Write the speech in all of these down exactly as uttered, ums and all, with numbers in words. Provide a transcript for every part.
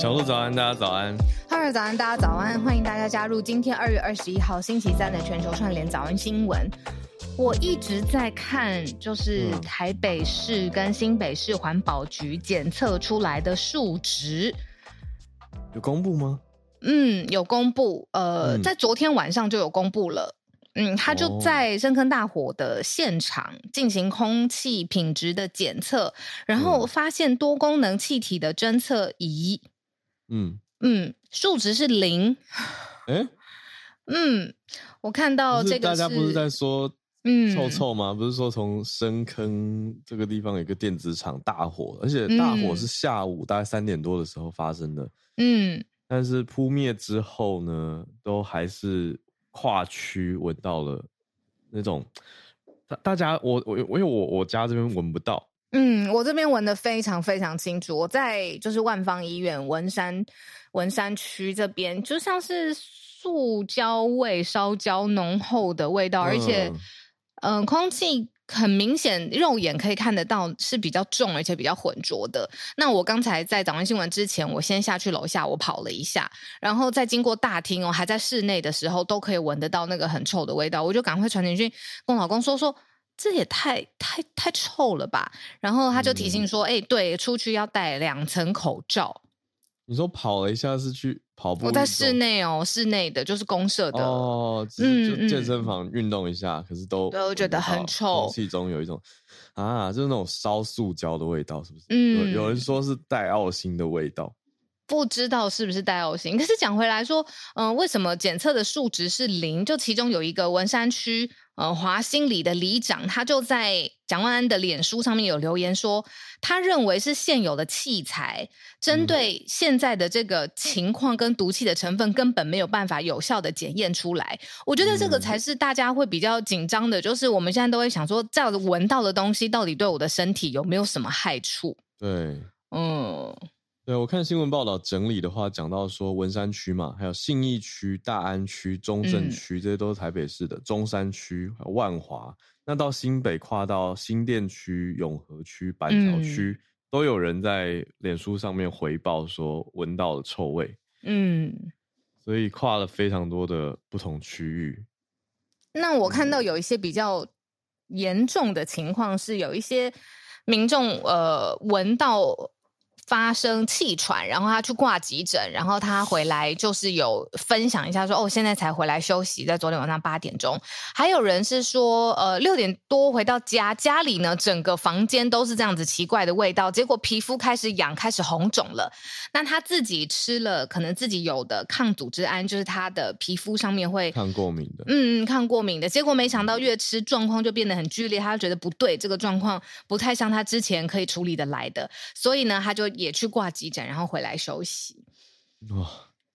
小鹿早安，大家早安。 哈尔早安，大家早安，欢迎大家加入今天二月二十一号星期三的全球串联早安新闻。我一直在看，就是台北市跟新北市环保局检测出来的数值， 有公布吗？ 嗯，有公布，呃、嗯，在昨天晚上就有公布了。嗯，他就在深坑大火的现场进行空气品质的检测，然后发现多功能气体的侦测仪，嗯嗯，数值是零。 哎， 嗯，我看到这个是大家不是在说臭臭吗？嗯、不是说从深坑这个地方有一个电子厂大火，而且大火是下午大概三点多的时候发生的。嗯，但是扑灭之后呢，都还是跨区闻到了那种，大大家我我因为我我家这边闻不到。 嗯，我这边闻得非常非常清楚。我在就是万芳医院文山文山区这边，就像是塑胶味、烧焦浓厚的味道，嗯、而且嗯、呃，空气很明显，肉眼可以看得到是比较重，而且比较浑浊的。那我刚才在早安新闻之前，我先下去楼下，我跑了一下，然后再经过大厅哦，还在室内的时候，都可以闻得到那个很臭的味道。我就赶快传简讯跟我老公说说。这也太太太臭了吧！然后他就提醒说：“哎、嗯欸，对，出去要戴两层口罩。” 你说跑了一下是去跑步？ 我在室内哦，室内的就是公社的哦，只是就健身房运动一下，嗯、可是都对，我觉得很臭， 空气中有一种啊，就是那种烧塑胶的味道，是不是？嗯，有有人说是戴奥辛的味道。 不知道是不是戴奥辛，可是讲回来说，嗯、呃，为什么检测的数值是零？就其中有一个文山区呃华兴里的里长，他就在蒋万安的脸书上面有留言说，他认为是现有的器材针对现在的这个情况跟毒气的成分根本没有办法有效的检验出来。我觉得这个才是大家会比较紧张的，就是我们现在都会想说，这样子闻到的东西到底对我的身体有没有什么害处？ 对，嗯。对，我看新闻报道整理的话，讲到说文山区嘛，还有信义区、大安区、中正区，嗯、这些都是台北市的。中山区、还有万华，那到新北跨到新店区、永和区、板桥区，嗯、都有人在脸书上面回报说闻到了臭味。嗯，所以跨了非常多的不同区域。 那我看到有一些比较严重的情况是，有一些民众呃闻到发生气喘，然后他去挂急诊，然后他回来就是有分享一下说，哦，现在才回来休息，在昨天晚上八点钟。还有人是说，呃，六点多回到家，家里呢整个房间都是这样子奇怪的味道，结果皮肤开始痒，开始红肿了。那他自己吃了可能自己有的抗组织胺，就是他的皮肤上面会抗过敏的， 嗯，抗过敏的。结果没想到越吃状况就变得很剧烈，他就觉得不对，这个状况不太像他之前可以处理的来的，所以呢，他就也去挂急诊，然后回来休息。 哇，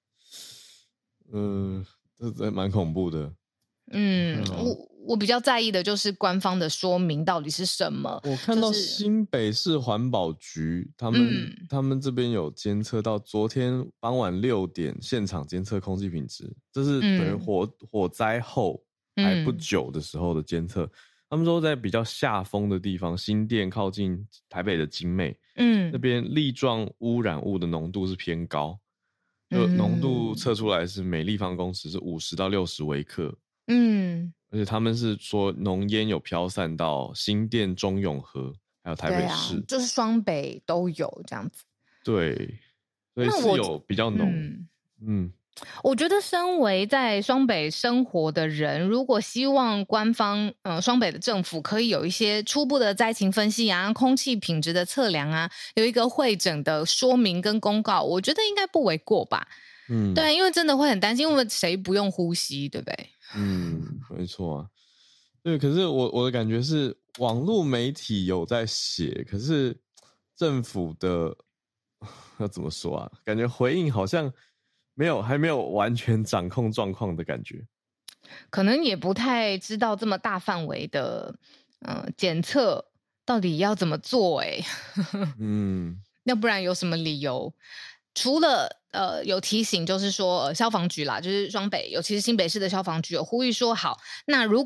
嗯、呃，这这蛮恐怖的。 嗯，我我比较在意的就是官方的说明到底是什么。 我看到新北市环保局、就是、他们、嗯、他们这边有监测到昨天傍晚六点现场监测空气品质，这是等于火、嗯、火灾后还不久的时候的监测。嗯、他们说在比较下风的地方，新店靠近台北的景美，嗯，那边粒状污染物的浓度是偏高，就浓度测出来是每立方公尺是五十到六十微克。嗯，而且他们是说浓烟有飘散到新店、中永和还有台北市， 啊、就是双北都有这样子。 对，所以是有比较浓。嗯， 嗯我觉得身为在双北生活的人，如果希望官方呃双北的政府可以有一些初步的灾情分析啊、空气品质的测量啊，有一个汇整的说明跟公告，我觉得应该不为过吧。嗯，对，因为真的会很担心，因为谁不用呼吸，对不对？ 嗯，没错啊。对，可是我我的感觉是，网络媒体有在写，可是政府的要怎么说啊？感觉回应好像没有，还没有完全掌控状况的感觉。 可能也不太知道这么大范围的呃检测到底要怎么做哎、欸。嗯，要不然有什么理由？除了呃有提醒，就是说、呃、消防局啦，就是双北，尤其是新北市的消防局有呼吁说，好，那如果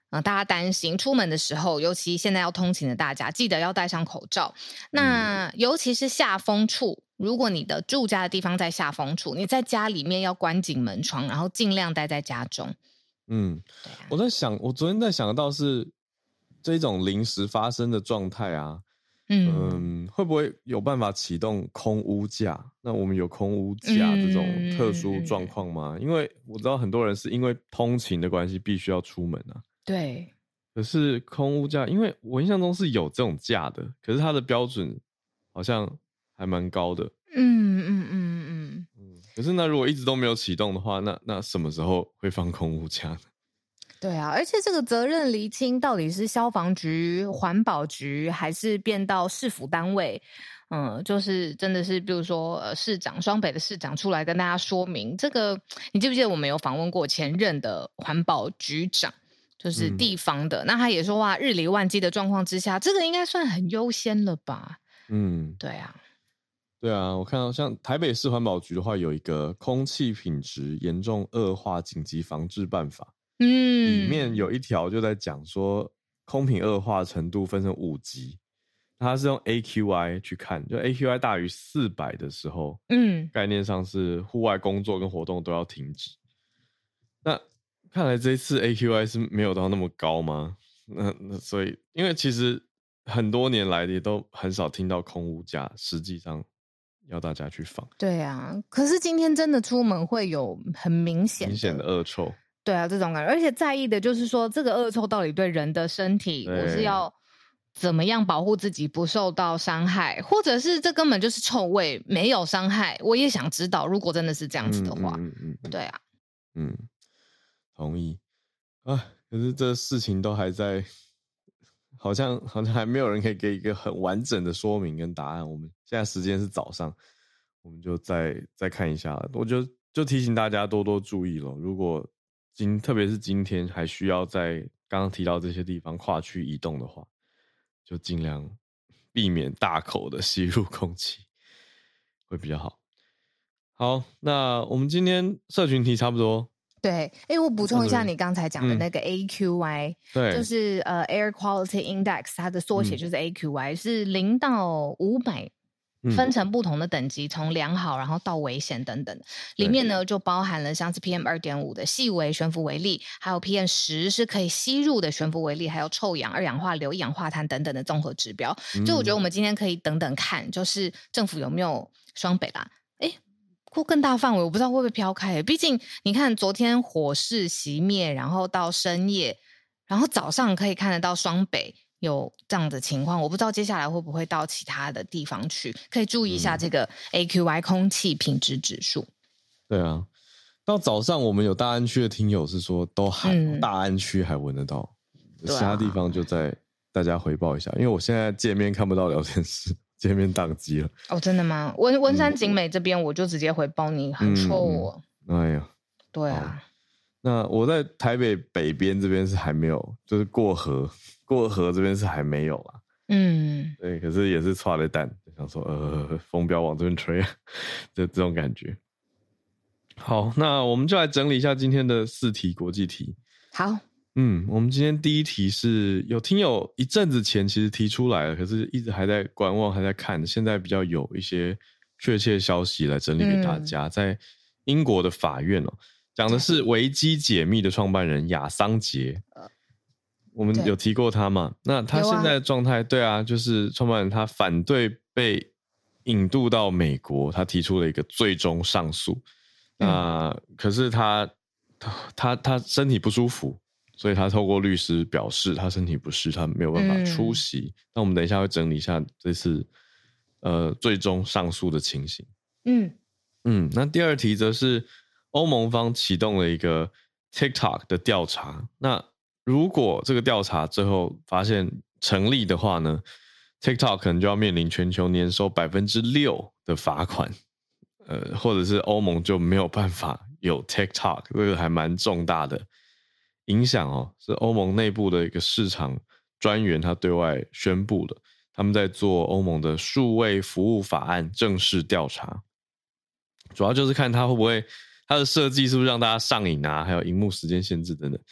呃、大家担心出门的时候，尤其现在要通勤的大家，记得要戴上口罩。那、嗯、尤其是下风处，如果你的住家的地方在下风处，你在家里面要关紧门窗，然后尽量待在家中。 嗯，对啊、我在想，我昨天在想到是这种临时发生的状态啊，嗯, 嗯，会不会有办法启动空屋假？那我们有空屋假这种特殊状况吗？嗯、因为我知道很多人是因为通勤的关系必须要出门啊。 对。 可是空屋假，因为我印象中是有这种假的，可是它的标准好像还蛮高的。 嗯嗯嗯嗯嗯。可是那如果一直都没有启动的话，那那什么时候会放空屋假呢？ 对啊，而且这个责任厘清到底是消防局、环保局，还是变到市府单位？嗯，就是真的是，比如说呃，市长双北的市长出来跟大家说明这个。你记不记得我们有访问过前任的环保局长，就是地方的，嗯、那他也说哇，日理万机的状况之下，这个应该算很优先了吧？嗯，对啊。 对啊，我看到像台北市环保局的话，有一个空气品质严重恶化紧急防治办法，嗯，里面有一条就在讲说，空品恶化程度分成五级，它是用 A Q I 去看，就 A Q I 大于四百的时候，嗯，概念上是户外工作跟活动都要停止。那看来这一次 A Q I 是没有到那么高吗？那那所以，因为其实很多年来也都很少听到空屋假，实际上要大家去放。 对啊，可是今天真的出门会有很明显的明显的恶臭。 对啊，这种感觉，而且在意的就是说，这个恶臭到底对人的身体，我是要怎么样保护自己不受到伤害，或者是这根本就是臭味，没有伤害。我也想知道，如果真的是这样子的话，嗯嗯嗯对啊， 嗯，同意啊。可是这事情都还在，好像好像还没有人可以给一个很完整的说明跟答案。我们现在时间是早上，我们就再再看一下了。我就就提醒大家多多注意了，如果今特别是今天还需要在刚刚提到这些地方跨区移动的话，就尽量避免大口的吸入空气，会比较好。好，那我们今天社群题差不多。 对，哎，我补充一下你刚才讲的那个 A Q I，、嗯、对，就是呃 Air Quality Index， 它的缩写就是 A Q I，、嗯、是零到五百。分成不同的等级，从良好然后到危险等等，里面呢就包含了像是 P M 二点五 的细微悬浮微粒，还有 P M 十 是可以吸入的悬浮微粒，还有臭氧、二氧化硫、一氧化碳等等的综合指标。就我觉得我们今天可以等等看，就是政府有没有双北啦？哎，或更大范围，我不知道会不会飘开。毕竟你看，昨天火势熄灭，然后到深夜，然后早上可以看得到双北有这样的情况，我不知道接下来会不会到其他的地方去，可以注意一下这个 A Q I 空气品质指数。嗯、 对啊，到早上我们有大安区的听友是说都还、嗯、大安区还闻得到，其他地方就再大家回报一下，因为我现在界面看不到聊天室，界面宕机了。 哦，真的吗？文文山景美这边我就直接回报你，很臭哦。 嗯嗯、哎呀， 对啊。 那我在台北北边这边是还没有，就是过河过河这边是还没有啦。嗯，对，可是也是剉了蛋，想说呃风不要往这边吹，就这种感觉。好，那我们就来整理一下今天的四题国际题。 好， 嗯，我们今天第一题是有听友一阵子前其实提出来了，可是一直还在观望，还在看，现在比较有一些确切消息来整理给大家。嗯、在英国的法院哦。讲的是维基解密的创办人亚桑杰，我们有提过他嘛？那他现在的状态，对啊，就是创办人他反对被引渡到美国，他提出了一个最终上诉。那、嗯、可是他他他他身体不舒服，所以他透过律师表示他身体不适，他没有办法出席。嗯、那我们等一下会整理一下这次呃最终上诉的情形。嗯嗯，那第二题则是。欧盟方启动了一个 TikTok 的调查，那如果这个调查最后发现成立的话呢 ，TikTok 可能就要面临全球年收 百分之六 的罚款，呃，或者是欧盟就没有办法有 TikTok， 这个还蛮重大的影响哦，是欧盟内部的一个市场专员他对外宣布的，他们在做欧盟的数位服务法案正式调查，主要就是看他会不会它的设计是不是让大家上瘾啊，还有萤幕时间限制等等，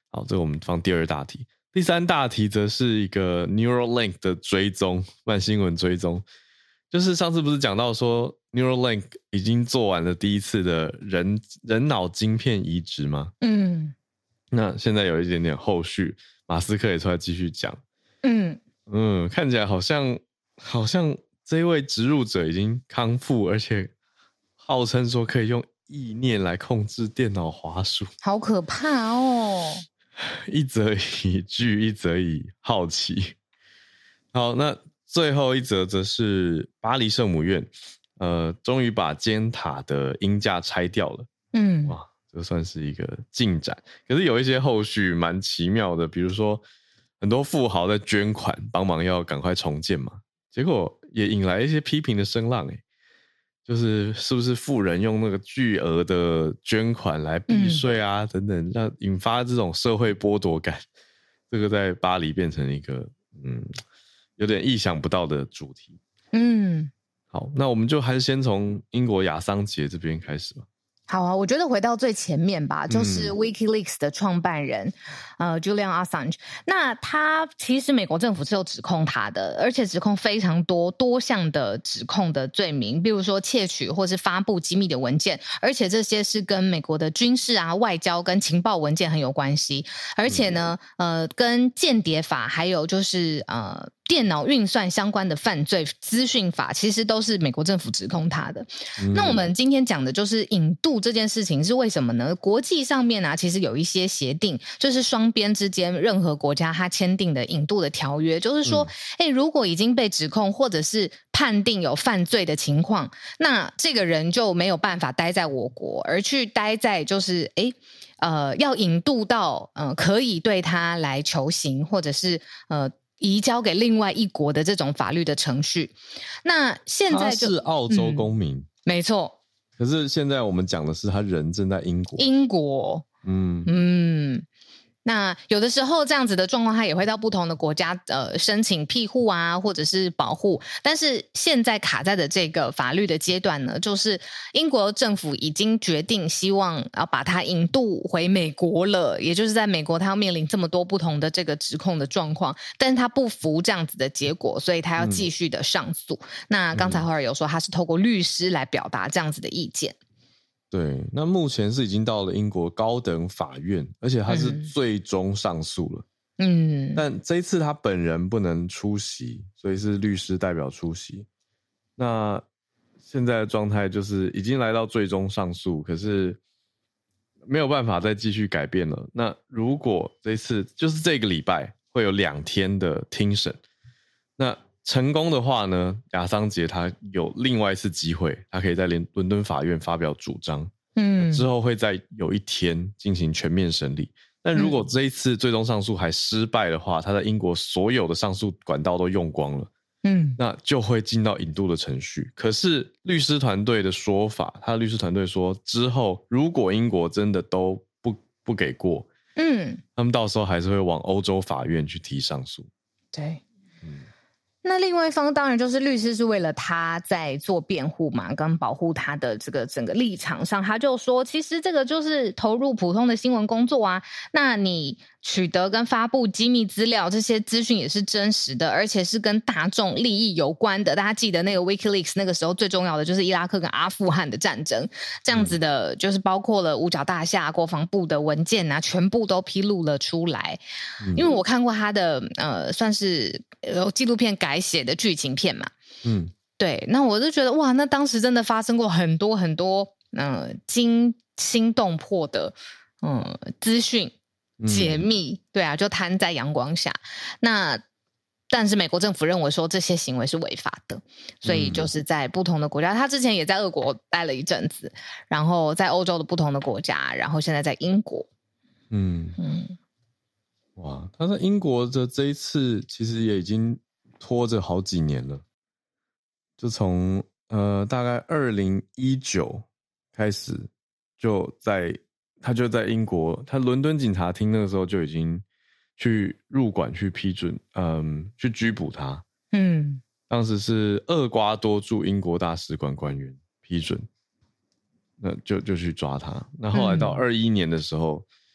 好，这个我们放第二大题。第三大题则是一个 Neuralink 的追踪，慢新闻追踪。就是上次不是讲到说 Neuralink 已经做完了第一次的人人脑晶片移植吗？嗯，那现在有一点点后续，马斯克也出来继续讲。嗯嗯，看起来好像好像这位植入者已经康复，而且号称说可以用意念来控制电脑滑鼠， 好可怕哦！ 一则以惧，一则以好奇。好，那最后一则则是巴黎圣母院，呃，终于把尖塔的鹰架拆掉了。嗯，哇，这算是一个进展。可是有一些后续蛮奇妙的，比如说很多富豪在捐款帮忙要赶快重建嘛，结果也引来一些批评的声浪，诶，就是是不是富人用那个巨额的捐款来避税啊、嗯、等等，让引发这种社会剥夺感，这个在巴黎变成一个嗯有点意想不到的主题。嗯，好，那我们就还是先从英国亚桑杰这边开始吧。 好啊，我觉得回到最前面吧，就是 WikiLeaks 的创办人，嗯、呃 Julian Assange。那他其实美国政府是有指控他的，而且指控非常多多项的指控的罪名，比如说窃取或是发布机密的文件，而且这些是跟美国的军事啊、外交跟情报文件很有关系，而且呢，呃，跟间谍法还有就是呃。电脑运算相关的犯罪资讯法，其实都是美国政府指控他的。嗯、那我们今天讲的就是引渡这件事情是为什么呢？国际上面啊，其实有一些协定，就是双边之间任何国家他签订的引渡的条约，就是说，哎、嗯，如果已经被指控或者是判定有犯罪的情况，那这个人就没有办法待在我国，而去待在就是哎。呃，要引渡到呃可以对他来求刑，或者是呃移交给另外一国的这种法律的程序。那现在就他是澳洲公民，嗯、 没错。 可是现在我们讲的是他人正在英国。 英国，嗯嗯。那有的时候这样子的状况，他也会到不同的国家呃申请庇护啊，或者是保护。但是现在卡在的这个法律的阶段呢，就是英国政府已经决定希望要把他引渡回美国了，也就是在美国他要面临这么多不同的这个指控的状况，但是他不服这样子的结果，所以他要继续的上诉。嗯、那刚才霍尔有说他是透过律师来表达这样子的意见。 对，那目前是已经到了英国高等法院，而且他是最终上诉了。嗯，但这一次他本人不能出席，所以是律师代表出席。那现在的状态就是已经来到最终上诉，可是没有办法再继续改变了。那如果这次就是这个礼拜会有两天的听审，那成功的话呢，亚桑杰他有另外一次机会，他可以在伦敦法院发表主张，嗯，之后会再有一天进行全面审理。但如果这一次最终上诉还失败的话，他在英国所有的上诉管道都用光了，嗯，那就会进到引渡的程序。可是律师团队的说法，他的律师团队说，之后如果英国真的都不不给过，嗯，他们到时候还是会往欧洲法院去提上诉。 对，嗯。那另外一方当然就是律师是为了他在做辩护嘛，跟保护他的这个整个立场上，他就说其实这个就是投入普通的新闻工作啊，那你取得跟发布机密资料，这些资讯也是真实的，而且是跟大众利益有关的。大家记得那个 WikiLeaks 那个时候最重要的就是伊拉克跟阿富汗的战争，这样子的就是包括了五角大厦、国防部的文件啊，全部都披露了出来。嗯、因为我看过他的呃，算是呃纪录片改写的剧情片嘛，嗯，对，那我就觉得哇，那当时真的发生过很多很多呃惊心动魄的嗯资讯。解密，对啊，就摊在阳光下。那但是美国政府认为说这些行为是违法的，所以就是在不同的国家，他之前也在俄国待了一阵子，然后在欧洲的不同的国家，然后现在在英国。嗯嗯，哇，他在英国的这一次其实也已经拖着好几年了，就从呃大概二零一九开始就在。他就在英国，他伦敦警察厅那个时候就已经去入馆去批准，嗯，去拘捕他。嗯，当时是厄瓜多驻英国大使馆官员批准，那就就去抓他。那后来到二一年的时候，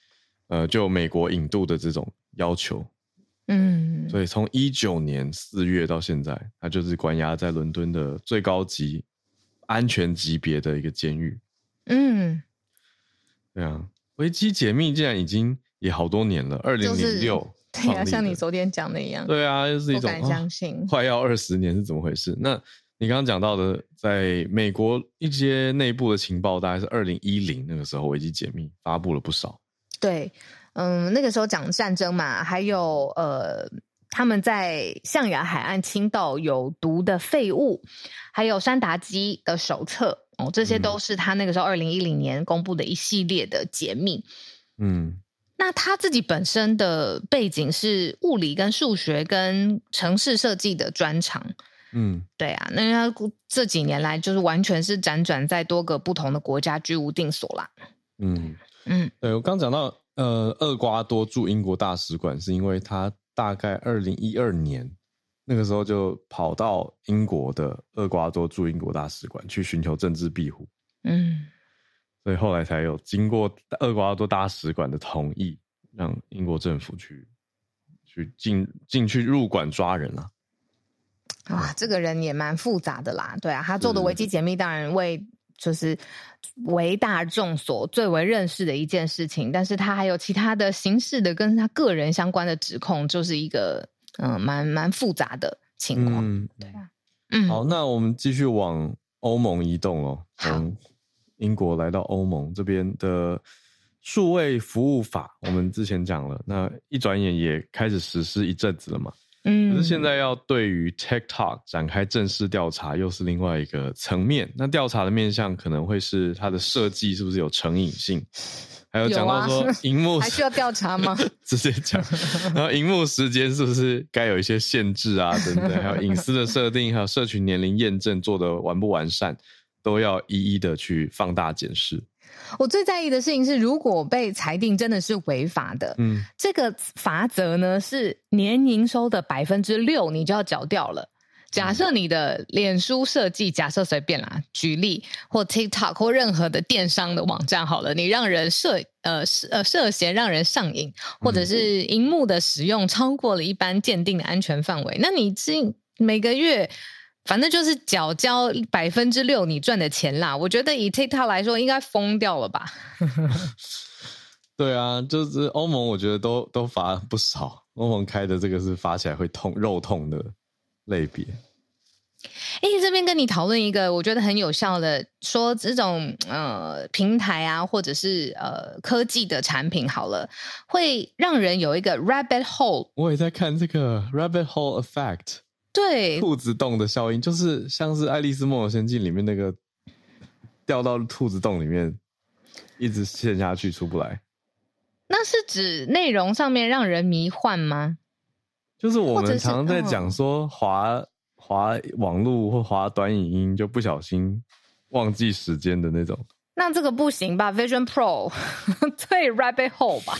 呃，就美国引渡的这种要求。 嗯， 所以从一九年四月到现在，他就是关押在伦敦的最高级安全级别的一个监狱。 嗯， 对啊，维基解密竟然已经也好多年了，二零零六。 对啊，像你昨天讲的一样。 对啊，就是一种不敢相信、 哦、快要二十年是怎么回事？那你刚刚讲到的，在美国一些内部的情报，大概是二零一零那个时候，维基解密发布了不少。 对，嗯，那个时候讲战争嘛，还有呃，他们在象牙海岸倾倒有毒的废物，还有山达基的手册哦，这些都是他那个时候二零一零年公布的一系列的解密。嗯。那他自己本身的背景是物理跟数学跟城市设计的专长，嗯，对啊，那他这几年来就是完全是辗转在多个不同的国家居无定所啦。 嗯嗯，对，我刚讲到呃，厄瓜多驻英国大使馆是因为他大概二零一二年那个时候就跑到英国的厄瓜多驻英国大使馆去寻求政治庇护，嗯。所以后来才有经过厄瓜多大使馆的同意，让英国政府去去进进去入馆抓人啊。 哇，这个人也蛮复杂的啦，对啊，他做的维基解密当然为就是为大众所最为认识的一件事情，但是他还有其他的刑事的跟他个人相关的指控，就是一个嗯蛮蛮复杂的情况。嗯，对啊， 嗯，好，那我们继续往欧盟移动咯。从英国来到欧盟这边的数位服务法，我们之前讲了，那一转眼也开始实施一阵子了嘛。嗯，可是现在要对于 TikTok 展开正式调查，又是另外一个层面。那调查的面向可能会是它的设计是不是有成瘾性，还有讲到说萤幕、 啊、还需要调查吗？ 直接讲，然后萤幕时间是不是该有一些限制啊等等，还有隐私的设定，还有社群年龄验证做得完不完善，都要一一的去放大检视。 我最在意的事情是，如果被裁定真的是违法的，嗯，这个罚则呢是年营收的百分之六，你就要缴掉了。假设你的脸书设计，假设随便啦，举例或 TikTok 或任何的电商的网站好了，你让人涉呃呃涉嫌让人上瘾，或者是萤幕的使用超过了一般鉴定的安全范围，那你是每个月。反正就是缴交百分之六你赚的钱啦，我觉得以 TikTok 来说应该疯掉了吧。 对啊，就是欧盟我觉得都都罚不少，欧盟开的这个是罚起来会痛肉痛的类别。 哎，这边跟你讨论一个我觉得很有效的，说这种呃平台啊，或者是呃科技的产品好了，会让人有一个 rabbit hole。 我也在看这个 rabbit hole effect。 对， 兔子洞的效应就是像是《爱丽丝梦游仙境》里面那个掉到兔子洞里面一直陷下去出不来。 那是指内容上面让人迷幻吗？ 就是我们常常在讲说滑滑网路或滑短影音就不小心忘记时间的那种。 那这个不行吧 Vision Pro 对 Rabbit Hole 吧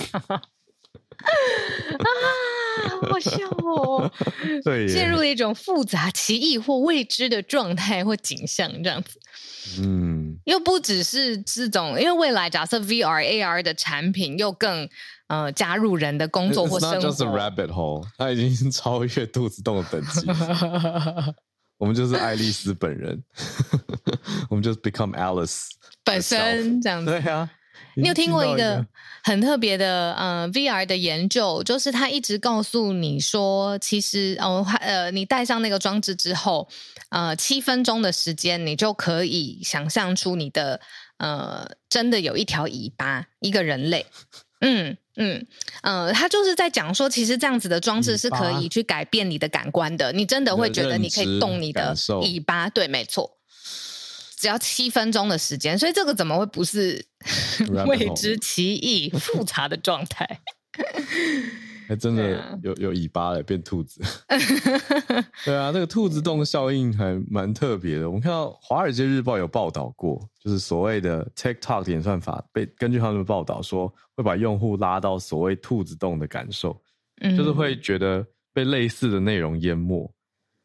啊，好笑哦！ 对， 陷入了一种复杂、奇异或未知的状态或景象，这样子。嗯，又不只是这种，因为未来假设 V R、A R 的产品又更呃加入人的工作或生活。 It's not just a rabbit hole， 它已经超越兔子洞的等级。我们就是爱丽丝本人，我们就是 become Alice 本身这样子。 对啊。 你有听过一个很特别的呃 V R 的研究，就是他一直告诉你说，其实哦呃你戴上那个装置之后，呃七分钟的时间，你就可以想象出你的呃真的有一条尾巴，一个人类。嗯嗯呃，他就是在讲说，其实这样子的装置是可以去改变你的感官的，你真的会觉得你可以动你的尾巴，对，没错。只要七分钟的时间，所以这个怎么会不是未知奇异复杂的状态？ 还真的有有尾巴了，变兔子。对啊，这个兔子洞效应还蛮特别的。我们看到《华尔街日报》有报道过，就是所谓的 TikTok 演算法被根据他们的报道说，会把用户拉到所谓兔子洞的感受，嗯、就是会觉得被类似的内容淹没。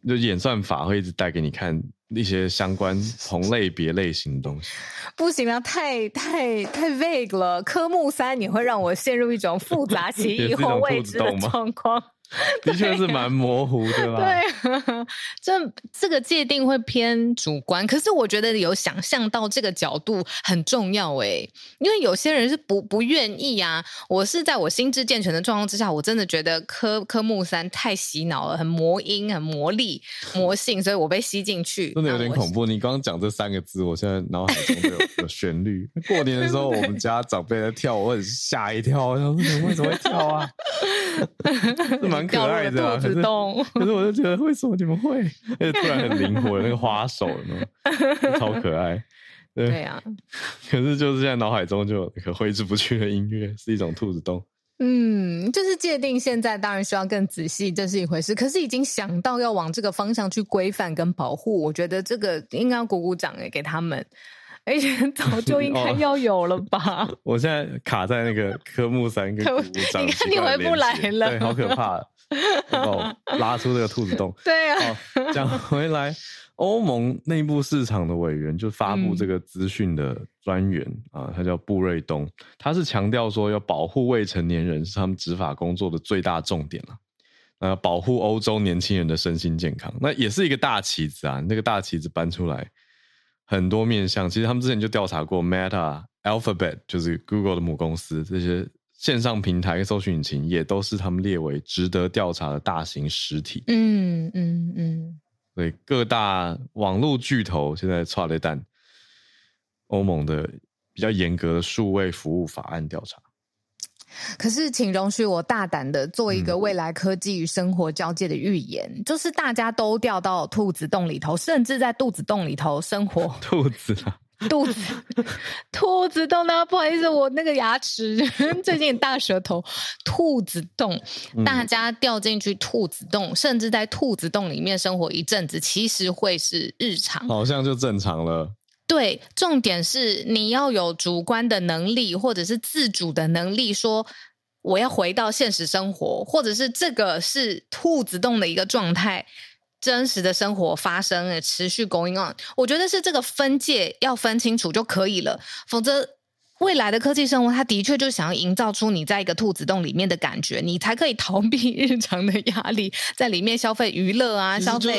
就演算法会一直带给你看一些相关同类别类型的东西。 不行啊，太太太 vague 了。科目三你会让我陷入一种复杂其疑或未知的状况。 的确是蛮模糊的啦。 对，这这个界定会偏主观，可是我觉得有想象到这个角度很重要诶，因为有些人是不不愿意啊。我是在我心智健全的状况之下，我真的觉得科科目三太洗脑了，很魔音、很魔力、魔性，所以我被吸进去， 真的有点恐怖。你刚刚讲这三个字，我现在脑海中就有有旋律。过年的时候，我们家长辈在跳，我很吓一跳，我想说为什么会跳啊？是蛮可爱的啊， 兔子洞。 可是，可是我就觉得为什么你们会？而且突然很灵活，那个花手呢，超可爱。对, 对啊， 可是就是现在脑海中就有那个挥之不去的音乐，是一种兔子洞。 嗯，就是界定现在当然需要更仔细，这是一回事。可是已经想到要往这个方向去规范跟保护，我觉得这个应该要鼓鼓掌给他们。而且早就应该要有了吧？ 哦、我现在卡在那个科目三跟鼓鼓掌， 你看你回不来了， 对，好可怕，把我拉出这个兔子洞。 对啊， 好，讲回来，欧盟内部市场的委员就发布这个资讯的专员、嗯、啊，他叫布瑞东，他是强调说要保护未成年人是他们执法工作的最大重点了。呃，保护欧洲年轻人的身心健康，那也是一个大旗子啊，那个大旗子搬出来。很多面向，其实他们之前就调查过 Meta、Alphabet， 就是 Google 的母公司，这些线上平台跟搜寻引擎也都是他们列为值得调查的大型实体。 嗯嗯嗯， 所以各大网络巨头现在剉咧等欧盟的比较严格的数位服务法案调查。 可是请容许我大胆的做一个未来科技与生活交界的预言、嗯、就是大家都掉到兔子洞里头，甚至在肚子洞里头生活。 兔子啊， 肚子兔子洞呢？不好意思，我那个牙齿最近大舌头。兔子洞、嗯、大家掉进去兔子洞，甚至在兔子洞里面生活一阵子，其实会是日常， 好像就正常了。 对，重点是你要有主观的能力，或者是自主的能力，说我要回到现实生活，或者是这个是兔子洞的一个状态，真实的生活发生，持续 going on。我觉得是这个分界要分清楚就可以了，否则未来的科技生活，它的确就想要营造出你在一个兔子洞里面的感觉，你才可以逃避日常的压力，在里面消费娱乐啊，消费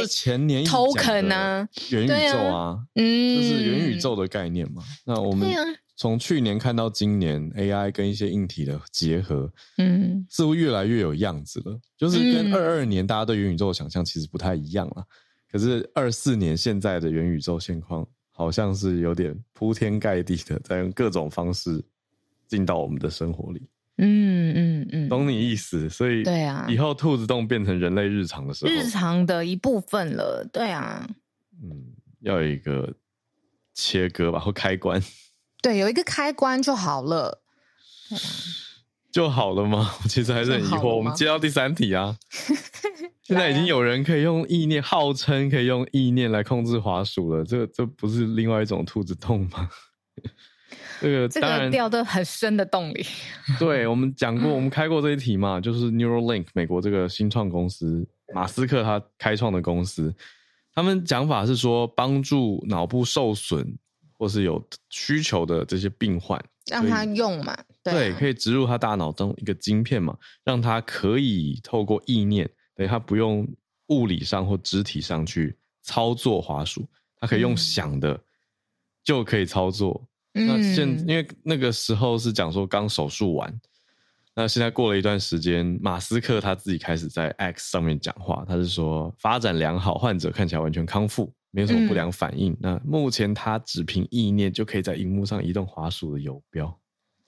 token 啊， 元宇宙啊，嗯，就是元宇宙的概念嘛。那我们从去年看到今年 A I 跟一些硬体的结合，嗯，似乎越来越有样子了。就是跟二二年大家对元宇宙的想象其实不太一样了，可是二四年现在的元宇宙现况，好像是有点铺天盖地的在用各种方式进到我们的生活里。嗯嗯嗯，懂你意思。所以对啊，以后兔子洞变成人类日常的时候， 日常的一部分了。对啊， 嗯，要有一个切割吧，或开关。对， 有一个开关就好了。对啊， 就好了吗？我其实还是很疑惑。我们接到第三题啊。现在已经有人可以用意念，号称可以用意念来控制滑鼠了，这这不是另外一种兔子洞吗？这个当然这个掉到很深的洞里。 对，我们讲过，我们开过这一题嘛，就是 Neuralink 美国这个新创公司，马斯克他开创的公司，他们讲法是说，帮助脑部受损或是有需求的这些病患， 让他用嘛，对啊， 对，可以植入他大脑中一个晶片嘛，让他可以透过意念。对，他不用物理上或肢体上去操作滑鼠，他可以用想的就可以操作。嗯、那现因为那个时候是讲说刚手术完，那现在过了一段时间，马斯克他自己开始在 X 上面讲话，他是说发展良好，患者看起来完全康复，没有什么不良反应。嗯、那目前他只凭意念就可以在荧幕上移动滑鼠的游标。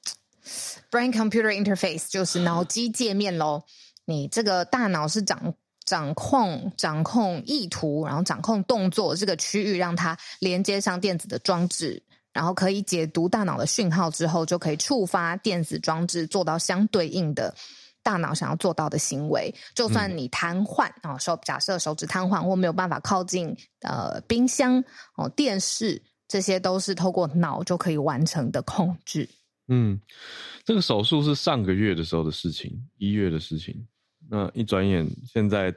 Brain Computer Interface 就是脑机界面咯。你这个大脑是掌掌控掌控意图，然后掌控动作这个区域，让它连接上电子的装置，然后可以解读大脑的讯号之后，就可以触发电子装置，做到相对应的大脑想要做到的行为。就算你瘫痪、嗯哦、手假设手指瘫痪或没有办法靠近呃冰箱、哦、电视，这些都是透过脑就可以完成的控制。 嗯，这个手术是上个月的时候的事情，一月的事情。那一转眼，现在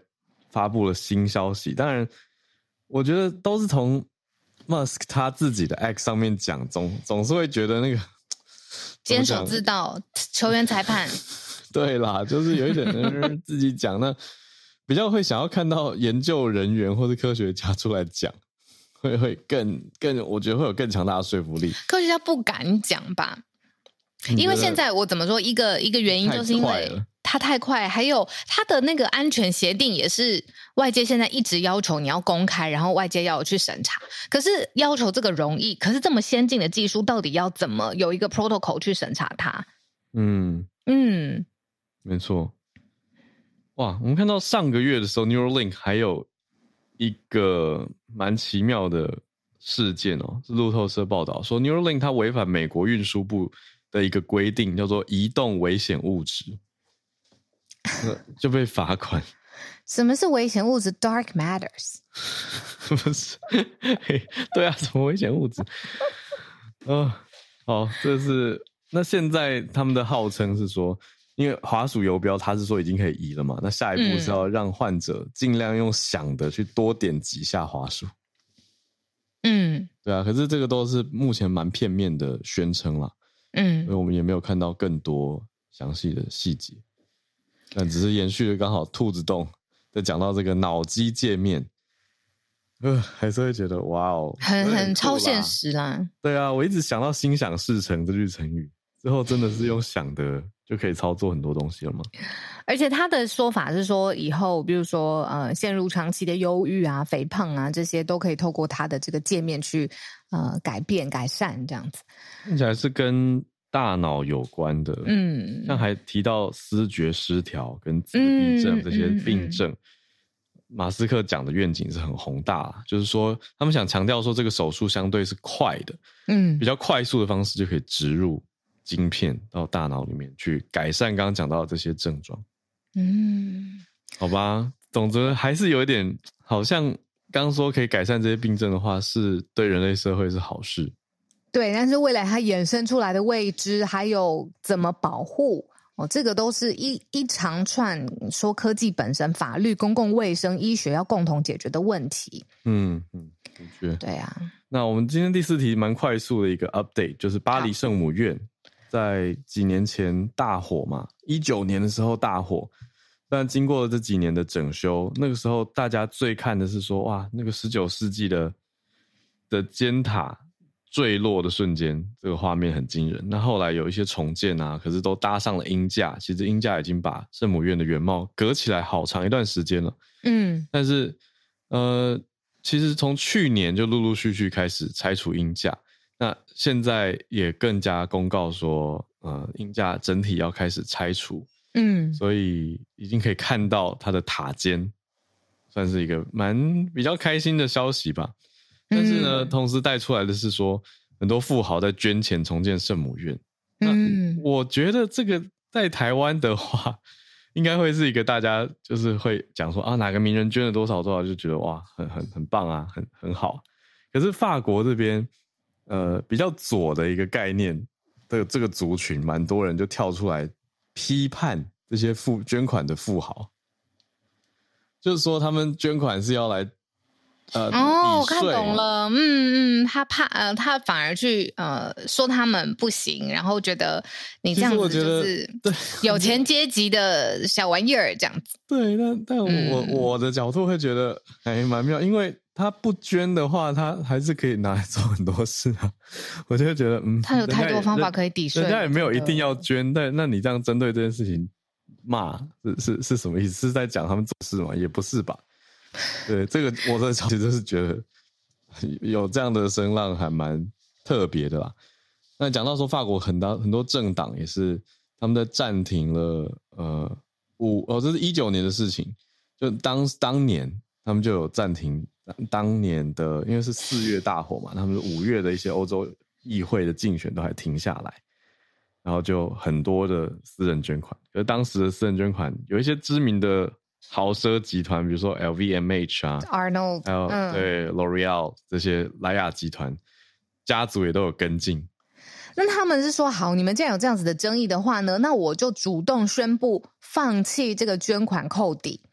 发布了新消息。当然我觉得都是从 Musk 他自己的 X 上面讲，总总是会觉得那个坚守自盗，球员裁判对啦，就是有一点人自己讲，那比较会想要看到研究人员或是科学家出来讲，会会更更，我觉得会有更强大的说服力。 科学家不敢讲吧？因为现在我怎么说，一个一个原因就是因为它太快，还有它的那个安全协定也是外界现在一直要求你要公开，然后外界要有去审查。可是要求这个容易，可是这么先进的技术，到底要怎么有一个 protocol 去审查它？嗯嗯。 没错，哇！我们看到上个月的时候 ，Neuralink 还有一个蛮奇妙的事件哦，是路透社报道说 ，Neuralink 它违反美国运输部的一个规定，叫做移动危险物质，就被罚款。 什么是危险物质 ？Dark matters？ 不是，对啊，什么危险物质？哦，好，这是那现在他们的号称是说。因为滑鼠游标它是说已经可以移了嘛，那下一步是要让患者尽量用想的去多点几下滑鼠。嗯，对啊，可是这个都是目前蛮片面的宣称啦。嗯，所以我们也没有看到更多详细的细节，但只是延续了刚好兔子洞在讲到这个脑机界面，呃，还是会觉得哇哦， 很很超现实啦。 对啊，我一直想到心想事成这句成语，之后真的是用想的就可以操作很多东西了吗？ 而且他的说法是说，以后比如说呃，陷入长期的忧郁啊、肥胖啊，这些都可以透过他的这个界面去呃改变、改善这样子。 听起来是跟大脑有关的，嗯，像还提到思觉失调跟自闭症这些病症。嗯嗯嗯、马斯克讲的愿景是很宏大，就是说他们想强调说这个手术相对是快的，嗯，比较快速的方式就可以植入晶片到大脑里面去改善刚刚讲到的这些症状。嗯，好吧，总之还是有一点好像刚刚说可以改善这些病症的话是对人类社会是好事， 对，但是未来它衍生出来的未知还有怎么保护哦，这个都是一一长串说科技本身、法律、公共卫生、医学要共同解决的问题。嗯嗯，的确， 对啊。 那我们今天第四题蛮快速的一个 update， 就是巴黎圣母院在几年前大火嘛，一九年的时候大火，但经过了这几年的整修，那个时候大家最看的是说，哇，那个十九世纪的的尖塔坠落的瞬间，这个画面很惊人。那后来有一些重建啊，可是都搭上了鹰架，其实鹰架已经把圣母院的原貌隔起来好长一段时间了。嗯，但是呃，其实从去年就陆陆续续开始拆除鹰架。那现在也更加公告说，呃，鹰架整体要开始拆除，嗯，所以已经可以看到它的塔尖，算是一个蛮比较开心的消息吧。但是呢，嗯、同时带出来的是说，很多富豪在捐钱重建圣母院。嗯，那我觉得这个在台湾的话，应该会是一个大家就是会讲说啊，哪个名人捐了多少多少，就觉得哇，很很很棒啊，很很好。可是法国这边。呃，比较左的一个概念的这个族群，蛮多人就跳出来批判这些富捐款的富豪，就是说他们捐款是要来呃哦，我看懂了，嗯嗯，他怕呃，他反而去呃说他们不行，然后觉得你这样子就是有钱阶级的小玩意儿这样子。 对，但但我、嗯、我的角度会觉得还蛮妙，因为。他不捐的话，他还是可以拿来做很多事啊。我就会觉得，嗯， 他有太多方法可以抵税。 人家也没有一定要捐，但那你这样针对这件事情骂，是是是什么意思？是在讲他们做事吗？也不是吧。对，这个我的角度就是觉得有这样的声浪还蛮特别的啦。那讲到说法国很多很多政党也是他们在暂停了，呃，五哦，这是一九年的事情，就当当年他们就有暂停。当年的因为是四月大火嘛，他们五月的一些欧洲议会的竞选都还停下来，然后就很多的私人捐款。可是当时的私人捐款有一些知名的豪奢集团，比如说 L V M H 啊 Arnold 还有、嗯、对 L'Oreal 这些莱雅集团家族也都有跟进。 那他们是说好，你们既然有这样子的争议的话呢，那我就主动宣布放弃这个捐款扣抵。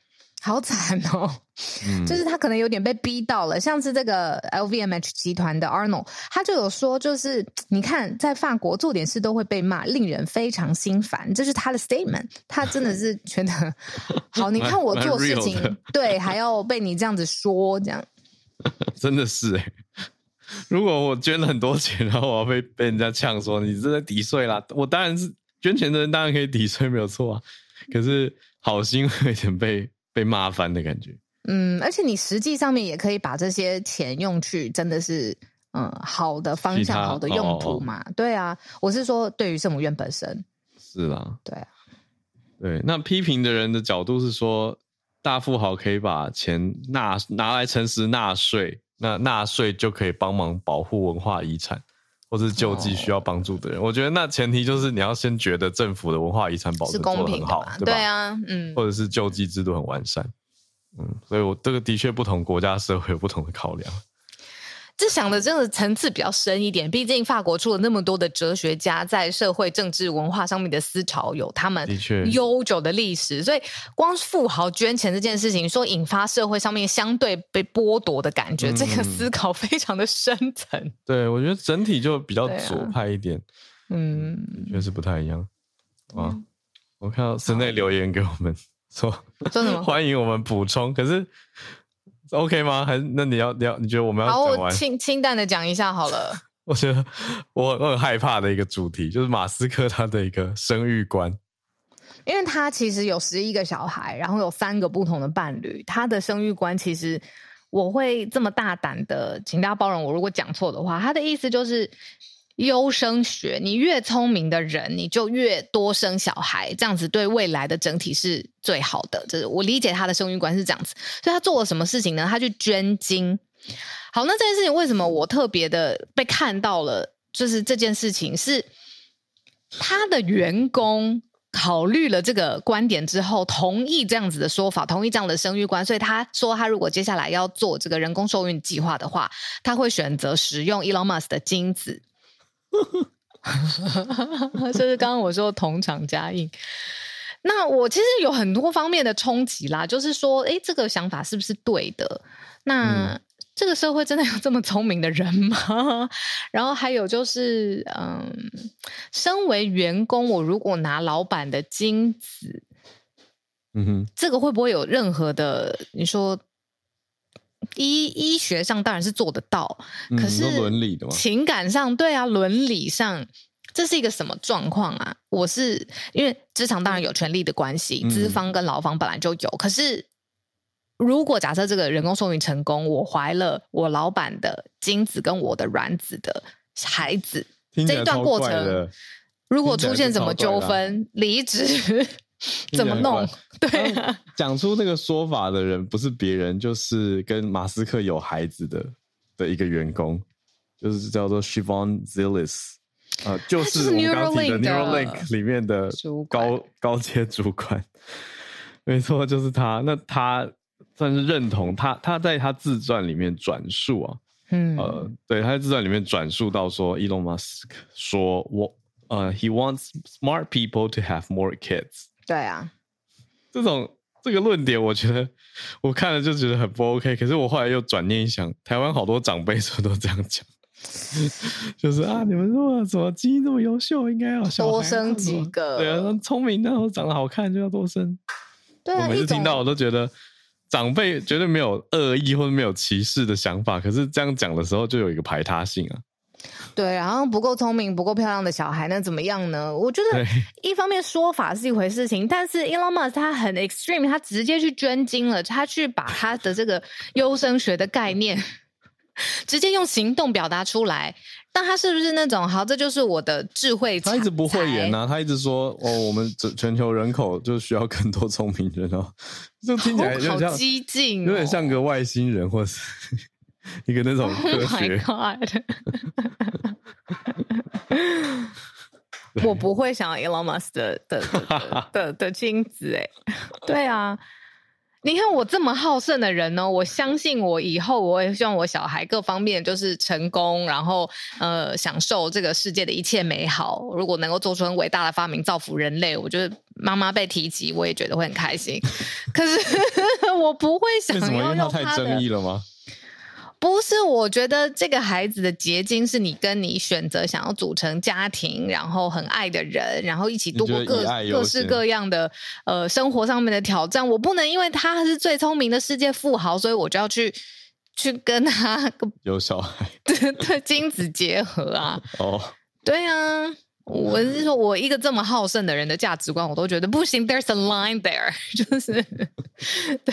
好惨哦、嗯、就是他可能有点被逼到了，像是这个 L V M H 集团的 Arnold 他就有说，就是你看在法国做点事都会被骂，令人非常心烦，这是他的 statement。 他真的是觉得好，你看我做事情对还要被你这样子说，这样真的是耶、欸、如果我捐了很多钱，然后我要被被人家呛说你这在抵税啦，我当然是捐钱的人当然可以抵税没有错啊，可是好心会有点被被骂翻的感觉。 嗯，而且你实际上面也可以把这些钱用去真的是嗯好的方向好的用途嘛。哦哦对啊，我是说对于圣母院本身是啦， 对啊， 对。那批评的人的角度是说，大富豪可以把钱纳拿来诚实纳税，那纳税就可以帮忙保护文化遗产或是救济需要帮助的人、哦、我觉得那前提就是你要先觉得政府的文化遗产保存做得很好，对吧？ 对啊，嗯， 或者是救济制度很完善，嗯，所以我这个的确不同国家社会有不同的考量。 这想的真的层次比较深一点，毕竟法国出了那么多的哲学家，在社会政治文化上面的思潮有他们悠久的历史，所以光富豪捐钱这件事情说引发社会上面相对被剥夺的感觉、嗯、这个思考非常的深层。 对，我觉得整体就比较左派一点、啊、嗯，确实不太一样啊、嗯。我看到室内留言给我们说说什么欢迎我们补充，可是OK 吗？还是那你要你要你觉得我们要讲完？ 好，我清清淡的讲一下好了。 我觉得我我很害怕的一个主题就是马斯克他的一个生育观， 因为他其实有十一个小孩，然后有三个不同的伴侣，他的生育观其实我会这么大胆的，请大家包容我如果讲错的话，他的意思就是优生学，你越聪明的人你就越多生小孩，这样子对未来的整体是最好的，就是我理解他的生育观是这样子。所以他做了什么事情呢？他去捐精。好，那这件事情为什么我特别的被看到了，就是这件事情是他的员工考虑了这个观点之后同意这样子的说法，同意这样的生育观，所以他说他如果接下来要做这个人工受孕计划的话，他会选择使用 Elon Musk 的精子就是刚刚我说同场加映。那我其实有很多方面的冲击啦，就是说诶这个想法是不是对的，那、嗯、这个社会真的有这么聪明的人吗？然后还有就是嗯，身为员工我如果拿老板的精子，嗯哼，这个会不会有任何的你说医医学上当然是做得到、嗯、可是伦理的吗？ 情感上对啊，伦理上这是一个什么状况啊？我是因为职场当然有权力的关系，资方跟劳方本来就有、嗯、可是如果假设这个人工受孕成功，我怀了我老板的精子跟我的卵子的孩子，这一段过程如果出现什么纠纷离职怎么弄？对啊， 讲出那个说法的人不是别人，就是跟马斯克有孩子的的一个员工，就是叫做 Siobhan Zilis， 呃，就是我们刚提的 Neuralink 里面的高高阶主管，没错，就是他。那他算是认同他，他在他自传里面转述啊，嗯，呃，对，他在自传里面转述到说 ，Elon Musk 说我呃 ，he wants smart people to have more kids。 对啊， 这种这个论点，我觉得我看了就觉得很不 OK。可是我后来又转念一想，台湾好多长辈说都这样讲，就是啊，你们说什么基因这么优秀，应该要小孩多生几个， 对啊，聪明的长得好看就要多生。 对啊， 我每次听到我都觉得长辈绝对没有恶意或者没有歧视的想法，可是这样讲的时候就有一个排他性啊。 对，然后不够聪明不够漂亮的小孩那怎么样呢？我觉得一方面说法是一回事情，但是 Elon Musk 他很 extreme， 他直接去捐精了，他去把他的这个优生学的概念直接用行动表达出来。但他是不是那种好这就是我的智慧才？ 他一直不讳言啊，他一直说哦，我们全球人口就需要更多聪明人哦，就听起来有点像好激进、哦， 有点像个外星人或是一个那种科学。 Oh my God 我不会想要 Elon Musk 的的的的精子哎，对啊， 你看我这么好胜的人呢，我相信我以后我也希望我小孩各方面就是成功，然后呃享受这个世界的一切美好。如果能够做出很伟大的发明，造福人类，我觉得妈妈被提及，我也觉得会很开心。可是我不会想要用他的。为什么？因为他太争议了吗？ 不是，我觉得这个孩子的结晶是你跟你选择想要组成家庭，然后很爱的人，然后一起度过各各式各样的呃生活上面的挑战。我不能因为他是最聪明的世界富豪，所以我就要去去跟他有小孩， 对对，精子结合啊。 哦， 对啊，我是说我一个这么好胜的人的价值观，我都觉得不行。There's a line there， 就是对。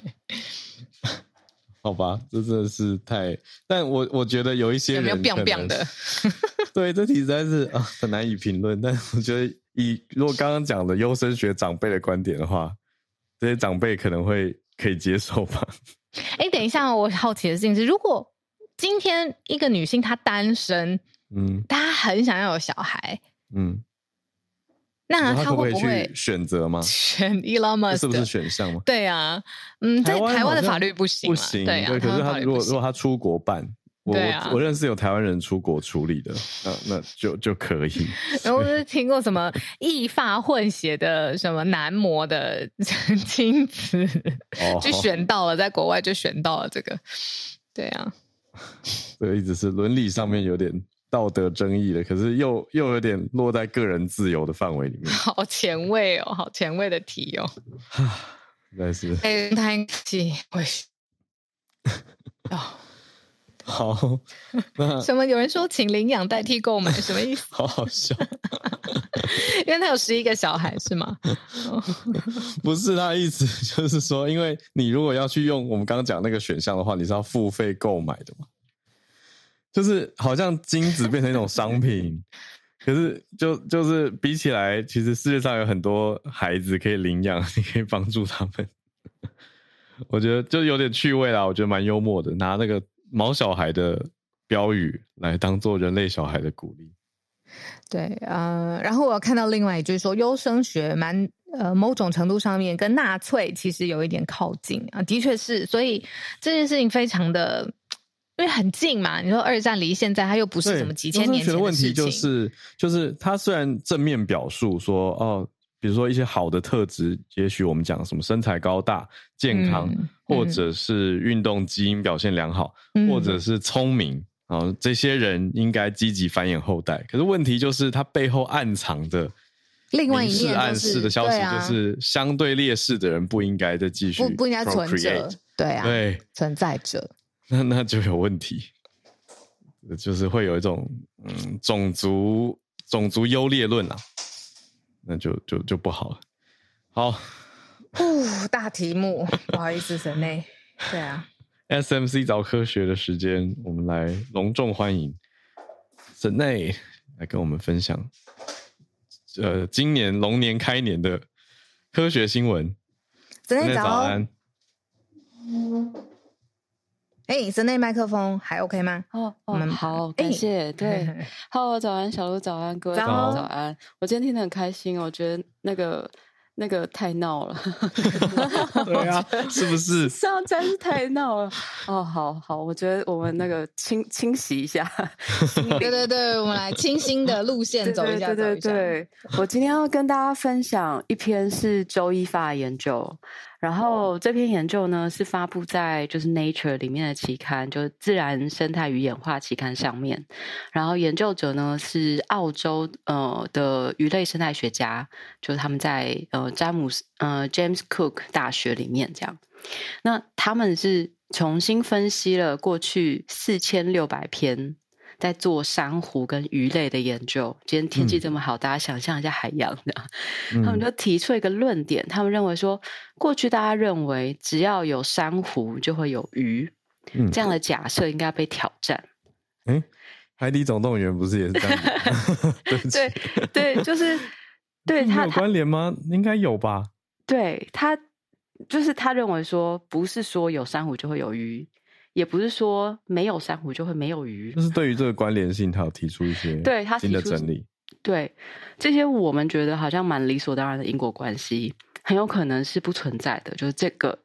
好吧，这真的是太……但我我觉得有一些人有没有 biang biang 的？ 对，这题实在是啊很难以评论。但我觉得以如果刚刚讲的优生学长辈的观点的话，这些长辈可能会可以接受吧。 哎，等一下，我好奇的事情是，如果今天一个女性她单身，嗯，她很想要有小孩，嗯。那他会不会去选择吗？ 选 Elon Musk 是不是选项吗？ 对啊，嗯，在台湾的法律不行， 不行。 对啊， 对，可是他如果如果他出国办，我、啊、我认识有台湾人出国处理的，那那就就可以。 然后我就听过什么异发混血的什么男模的亲子，哦、就选到了，在国外就选到了这个，对啊， 这个一直是伦理上面有点道德争议的，可是又又有点落在个人自由的范围里面。 好前卫哦，好前卫的题哦。 实在是。 哎，叹气，会哦。 好，那什么？有人说请领养代替购买，什么意思？ 好好笑。 因为他有十一个小孩是吗？ 不是，他的意思就是说，因为你如果要去用我们刚刚讲那个选项的话，你是要付费购买的嘛。就是好像精子变成一种商品，可是就就是比起来，其实世界上有很多孩子可以领养，你可以帮助他们。我觉得就有点趣味啦，我觉得蛮幽默的，拿那个毛小孩的标语来当做人类小孩的鼓励。 对，呃，然后我看到另外一句说，优生学蛮呃某种程度上面跟纳粹其实有一点靠近啊，的确是，所以这件事情非常的。因为很近嘛，你说二战离现在，它又不是什么几千年前的事情。 的问题就是，就是他虽然正面表述说，哦，比如说一些好的特质，也许我们讲什么身材高大、健康，嗯、或者是运动基因表现良好，嗯、或者是聪明啊、哦，这些人应该积极繁衍后代。可是问题就是，他背后暗藏的另外一面、就是、 暗示的消息，就是相对劣势的人不应该再继续 procreate， 不不应该存着，对啊， 对， 存在着。 那那就有问题，就是会有一种嗯种族种族优劣论啊，那就就就不好了。好， 哦，大题目，不好意思，神内，对啊 ，S M C 早科学的时间，我们来隆重欢迎神内来跟我们分享，呃，今年龙年开年的科学新闻。 神内早安。哎，神内麦克风还 OK 吗？ 哦哦，好，感谢。对，Hello， 早安，小鹿早安，各位早安，早安。我今天听得很开心，我觉得那个那个太闹了。 对啊，是不是？ 上真是太闹了。哦，好好，我觉得我们那个清清洗一下。 对对对，我们来清新的路线走一下， 对对对对对。我今天要跟大家分享一篇是周一发的研究。然后这篇研究呢是发布在就是 Nature 里面的期刊，就是自然生态与演化期刊上面。然后研究者呢是澳洲呃的鱼类生态学家，就是他们在呃詹姆斯呃 James Cook 大学里面这样。那他们是重新分析了过去四千六百篇在做珊瑚跟鱼类的研究。今天天气这么好，嗯、大家想象一下海洋的，嗯、他们就提出一个论点，他们认为说，过去大家认为只要有珊瑚就会有鱼，嗯、这样的假设应该被挑战。 嗯，海底总动员不是也是这样子？对不起， 对对，就是对他有关联吗？应该有吧？ 对他，就是他认为说，不是说有珊瑚就会有鱼。也不是说没有珊瑚就会没有鱼， 就是对于这个关联性，他有提出一些对他新的整理。 对这些我们觉得好像蛮理所当然的因果关系，很有可能是不存在的。就是这个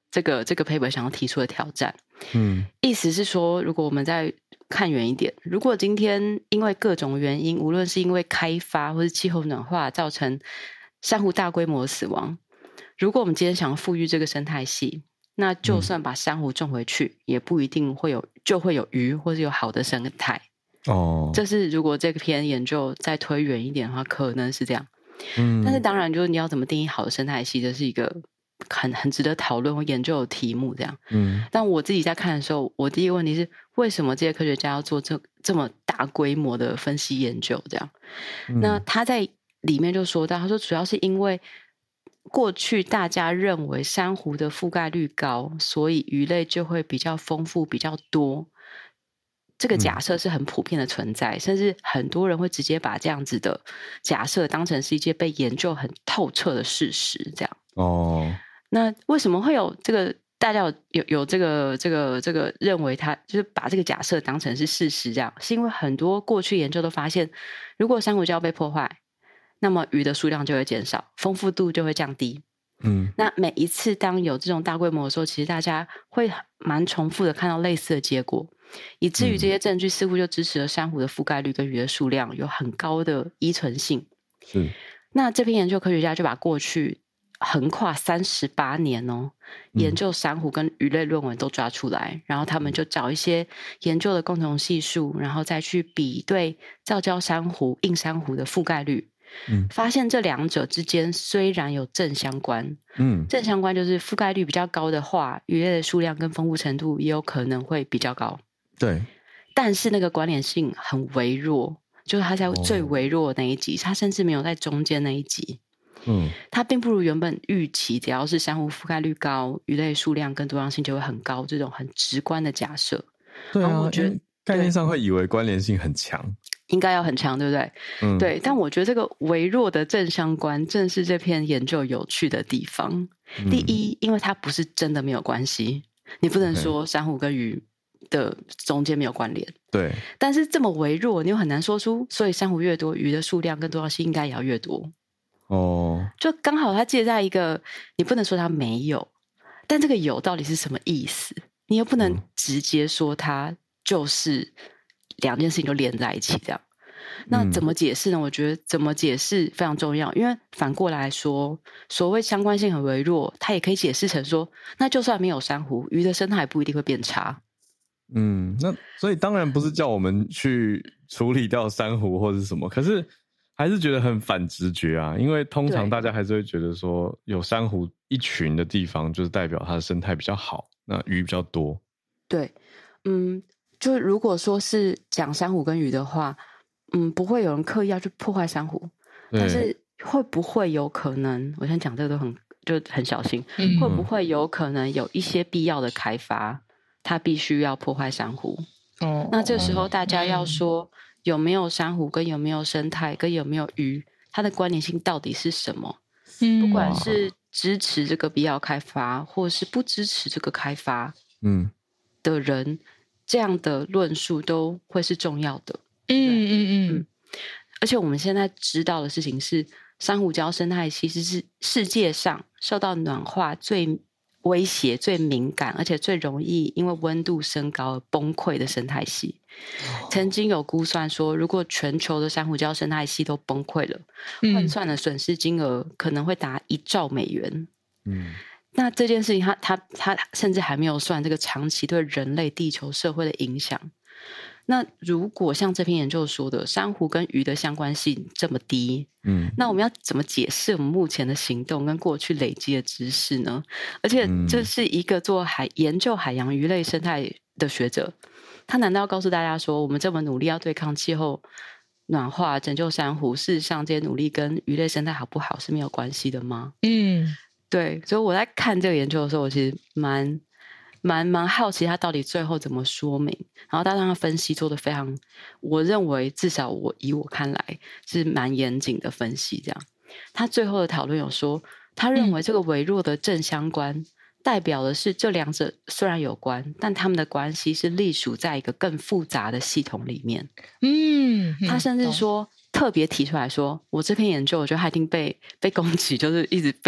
这个这个 paper 想要提出的挑战。 嗯， 意思是说，如果我们再看远一点，如果今天因为各种原因，无论是因为开发或是气候暖化造成珊瑚大规模的死亡，如果我们今天想要复育这个生态系，那就算把珊瑚种回去，嗯、也不一定会有就会有鱼或是有好的生态。 哦， 这是如果这篇研究再推远一点的话，可能是这样。 嗯， 但是当然，就是你要怎么定义好的生态系，这是一个很很值得讨论或研究的题目。这样， 嗯， 但我自己在看的时候，我第一个问题是，为什么这些科学家要做这这么大规模的分析研究？这样，嗯、那他在里面就说到，他说主要是因为过去大家认为珊瑚的覆盖率高，所以鱼类就会比较丰富、比较多。这个假设是很普遍的存在，嗯、甚至很多人会直接把这样子的假设当成是一件被研究很透彻的事实。这样哦， 那为什么会有这个？大家有有有这个这个这个认为它就是把这个假设当成是事实，这样是因为很多过去研究都发现，如果珊瑚礁被破坏，那么鱼的数量就会减少，丰富度就会降低。嗯，那每一次当有这种大规模的时候，其实大家会蛮重复的看到类似的结果，以至于这些证据似乎就支持了珊瑚的覆盖率跟鱼的数量有很高的依存性。 是， 那这篇研究科学家就把过去横跨三十八年哦，研究珊瑚跟鱼类论文都抓出来，然后他们就找一些研究的共同系数，然后再去比对造礁珊瑚、硬珊瑚的覆盖率。嗯，发现这两者之间虽然有正相关，嗯，正相关就是覆盖率比较高的话，鱼类的数量跟丰富程度也有可能会比较高。 对， 但是那个关联性很微弱，就是它在最微弱的那一集，它、哦、甚至没有在中间那一集。嗯，它并不如原本预期，只要是珊瑚覆盖率高，鱼类数量跟多样性就会很高，这种很直观的假设。 对啊，我觉得概念上会以为关联性很强。 应该要很强，对不对？嗯，对。但我觉得这个微弱的正相关，正是这篇研究有趣的地方。嗯、第一，因为它不是真的没有关系，你不能说珊瑚跟鱼的中间没有关联。 对。 但是这么微弱，你又很难说出，所以珊瑚越多，鱼的数量跟多样性应该也要越多。哦。就刚好它介在一个，你不能说它没有，但这个有到底是什么意思？你又不能直接说它就是两件事情就连在一起这样。那怎么解释呢？我觉得怎么解释非常重要，因为反过来说，所谓相关性很微弱，它也可以解释成说，那就算没有珊瑚，鱼的生态不一定会变差。 嗯，那所以当然不是叫我们去处理掉珊瑚或者是什么，可是还是觉得很反直觉啊，因为通常大家还是会觉得说，有珊瑚一群的地方就是代表它的生态比较好，那鱼比较多。 对，嗯，就如果说是讲珊瑚跟鱼的话，嗯，不会有人刻意要去破坏珊瑚，但是会不会有可能？我先讲这个都很就很小心，嗯、会不会有可能有一些必要的开发，它必须要破坏珊瑚？哦，那这时候大家要说、嗯、有没有珊瑚跟有没有生态跟有没有鱼，它的关联性到底是什么？嗯，不管是支持这个必要开发，或是不支持这个开发，嗯的人，这样的论述都会是重要的。嗯嗯嗯嗯，而且我们现在知道的事情是，珊瑚礁生态其实是世界上受到暖化最威胁、最敏感，而且最容易因为温度升高而崩溃的生态系。曾经有估算说，如果全球的珊瑚礁生态系都崩溃了，换算的损失金额可能会达一兆美元。嗯，那这件事情它，它它它甚至还没有算这个长期对人类、地球社会的影响。那如果像这篇研究说的，珊瑚跟鱼的相关性这么低，嗯，那我们要怎么解释我们目前的行动跟过去累积的知识呢？而且这是一个做海研究海洋鱼类生态的学者，他难道要告诉大家说，我们这么努力要对抗气候暖化、拯救珊瑚，事实上这些努力跟鱼类生态好不好是没有关系的吗？嗯，对，所以我在看这个研究的时候，我其实蛮。蛮蛮好奇他到底最后怎么说明，然后他让他分析做得非常，我认为至少我以我看来是蛮严谨的分析。这样，他最后的讨论有说，他认为这个微弱的正相关、嗯、代表的是这两者虽然有关，但他们的关系是隶属在一个更复杂的系统里面。嗯，他甚至说、嗯、特别提出来说，我这篇研究我觉得他一定被被攻击，就是一直被